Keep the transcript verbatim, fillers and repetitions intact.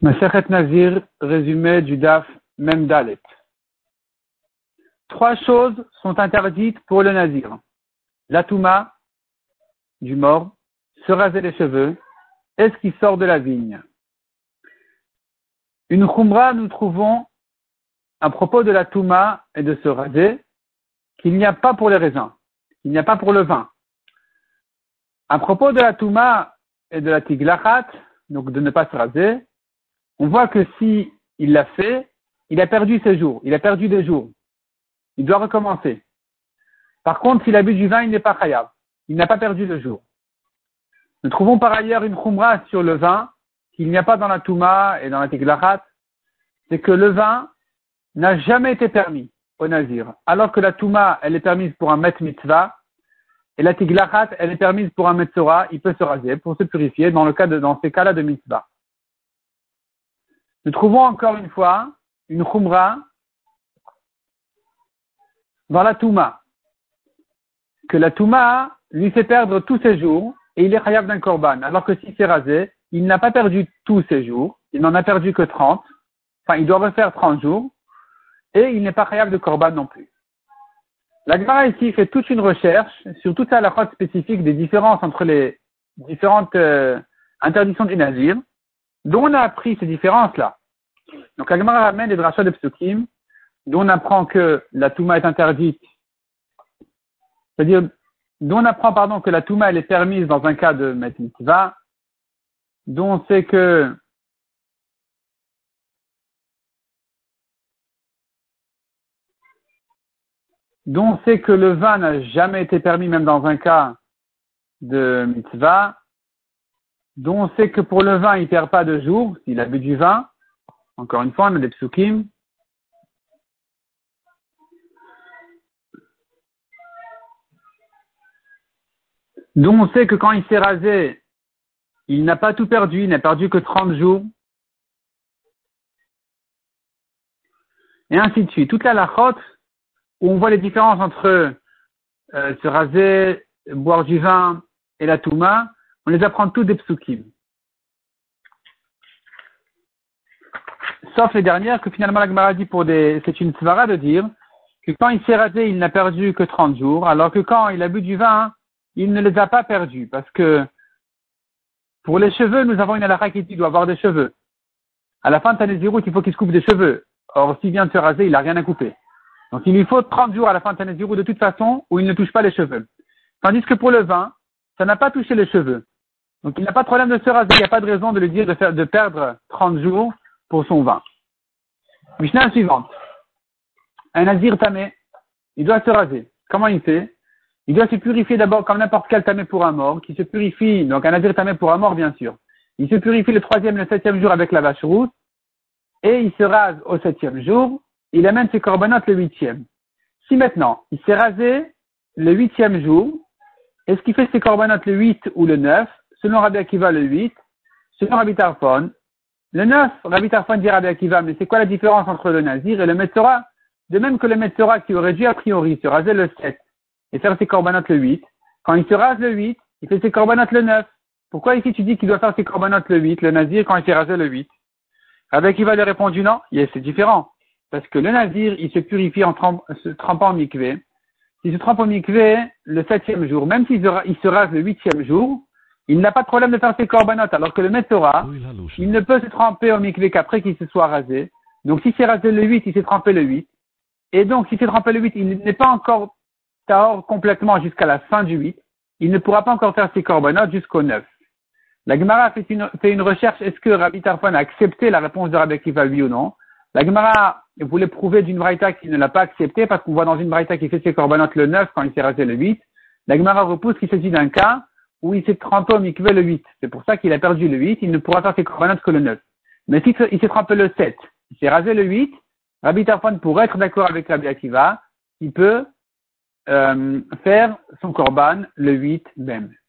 Masechet Nazir, résumé du Daf Mem Dalet. Trois choses sont interdites pour le Nazir. La Touma, du mort, se raser les cheveux, et ce qui sort de la vigne. Une Khumra, nous trouvons, à propos de la Touma et de se raser, qu'il n'y a pas pour les raisins, il n'y a pas pour le vin. À propos de la Touma et de la Tiglachat, donc de ne pas se raser, on voit que si il l'a fait, il a perdu ses jours, il a perdu des jours. Il doit recommencer. Par contre, s'il a bu du vin, il n'est pas khayab. Il n'a pas perdu le jour. Nous trouvons par ailleurs une khumra sur le vin, qu'il n'y a pas dans la Touma et dans la Tiglachat, c'est que le vin n'a jamais été permis au Nazir. Alors que la Touma, elle est permise pour un Met Mitzvah, et la Tiglachat, elle est permise pour un Metzora, il peut se raser pour se purifier dans le cas de, dans ces cas-là de Mitzvah. Nous trouvons encore une fois une khumra dans la Touma, que la Touma lui fait perdre tous ses jours et il est khayab d'un korban, alors que s'il s'est rasé, il n'a pas perdu tous ses jours, il n'en a perdu que trente, enfin il doit refaire trente jours et il n'est pas khayab de korban non plus. La Gemara ici fait toute une recherche sur toute la halakha spécifique des différences entre les différentes euh, interdictions du Nazir, dont on a appris ces différences-là. Donc la Gemara ramène des drachas de Psukim, dont on apprend que la Touma est interdite, c'est-à-dire, dont on apprend, pardon, que la Touma, elle est permise dans un cas de Met Mitzvah, dont on sait que dont on sait que le vin n'a jamais été permis, même dans un cas de Mitzvah, dont on sait que pour le vin, il ne perd pas de jour, s'il a bu du vin. Encore une fois, on a des psukim. Dont on sait que quand il s'est rasé, il n'a pas tout perdu, il n'a perdu que trente jours. Et ainsi de suite. Toute la lachot, où on voit les différences entre euh, se raser, boire du vin et la touma, on les apprend toutes des psukim. Sauf les dernières que finalement la Gemara dit pour des, c'est une svara de dire que quand il s'est rasé, il n'a perdu que trente jours, alors que quand il a bu du vin, il ne les a pas perdus, parce que pour les cheveux, nous avons une halakha qui dit qu'il doit avoir des cheveux. À la fin de Tanezirut, il faut qu'il se coupe des cheveux. Or, s'il vient de se raser, il n'a rien à couper. Donc, il lui faut trente jours à la fin de Tanezirut de toute façon, où il ne touche pas les cheveux. Tandis que pour le vin, ça n'a pas touché les cheveux. Donc, il n'a pas de problème de se raser, il n'y a pas de raison de lui dire de, faire, de perdre trente jours pour son vin. Mishnah suivante. Un nazir tamé, il doit se raser. Comment il fait? Il doit se purifier d'abord comme n'importe quel tamé pour un mort, qui se purifie, donc un nazir tamé pour un mort, bien sûr. Il se purifie le troisième et le septième jour avec la vache rousse, et il se rase au septième jour, il amène ses corbanotes le huitième. Si maintenant, il s'est rasé le huitième jour, est-ce qu'il fait ses corbanotes le huit ou le neuf? Selon Rabbi Akiva, le huit. Selon Rabbi Tarfon, le neuf, Rabbi Tarfon dit Rabbi Akiva, mais c'est quoi la différence entre le nazir et le metzora? De même que le metzora qui aurait dû a priori se raser le sept et faire ses corbanotes le huit, quand il se rase le huit, il fait ses corbanotes le neuf. Pourquoi ici tu dis qu'il doit faire ses corbanotes le huit, le nazir, quand il s'est rasé le huit? Rabbi Akiva lui a répondu non, c'est différent. Parce que le nazir, il se purifie en tremp, se trempant en mikvé. Il se trempe au mikvé le septième jour, même s'il se, il se rase le huitième jour, il n'a pas de problème de faire ses corbanotes, alors que le metzora, il ne peut se tremper au mikvé qu'après qu'il se soit rasé. Donc s'il s'est rasé le huit, il s'est trempé le huit. Et donc s'il s'est trempé le huit, il n'est pas encore tahor complètement jusqu'à la fin du huit. Il ne pourra pas encore faire ses corbanotes jusqu'au neuf. La Gemara a fait une, fait une recherche, est-ce que Rabbi Tarfon a accepté la réponse de Rabbi Akiva, oui ou non? La Gemara voulait prouver d'une braïta qu'il ne l'a pas accepté, parce qu'on voit dans une braïta qu'il fait ses corbanotes le neuf quand il s'est rasé le huit. La Gemara repousse qu'il s'agit d'un cas où il s'est trempé au mikvé le huit. C'est pour ça qu'il a perdu le huit, il ne pourra faire ses corbanotes que le neuf. Mais s'il s'est trempé le sept, il s'est rasé le huit, Rabbi Tarfon pourrait être d'accord avec Rabbi Akiva, il peut euh, faire son korban le huit même.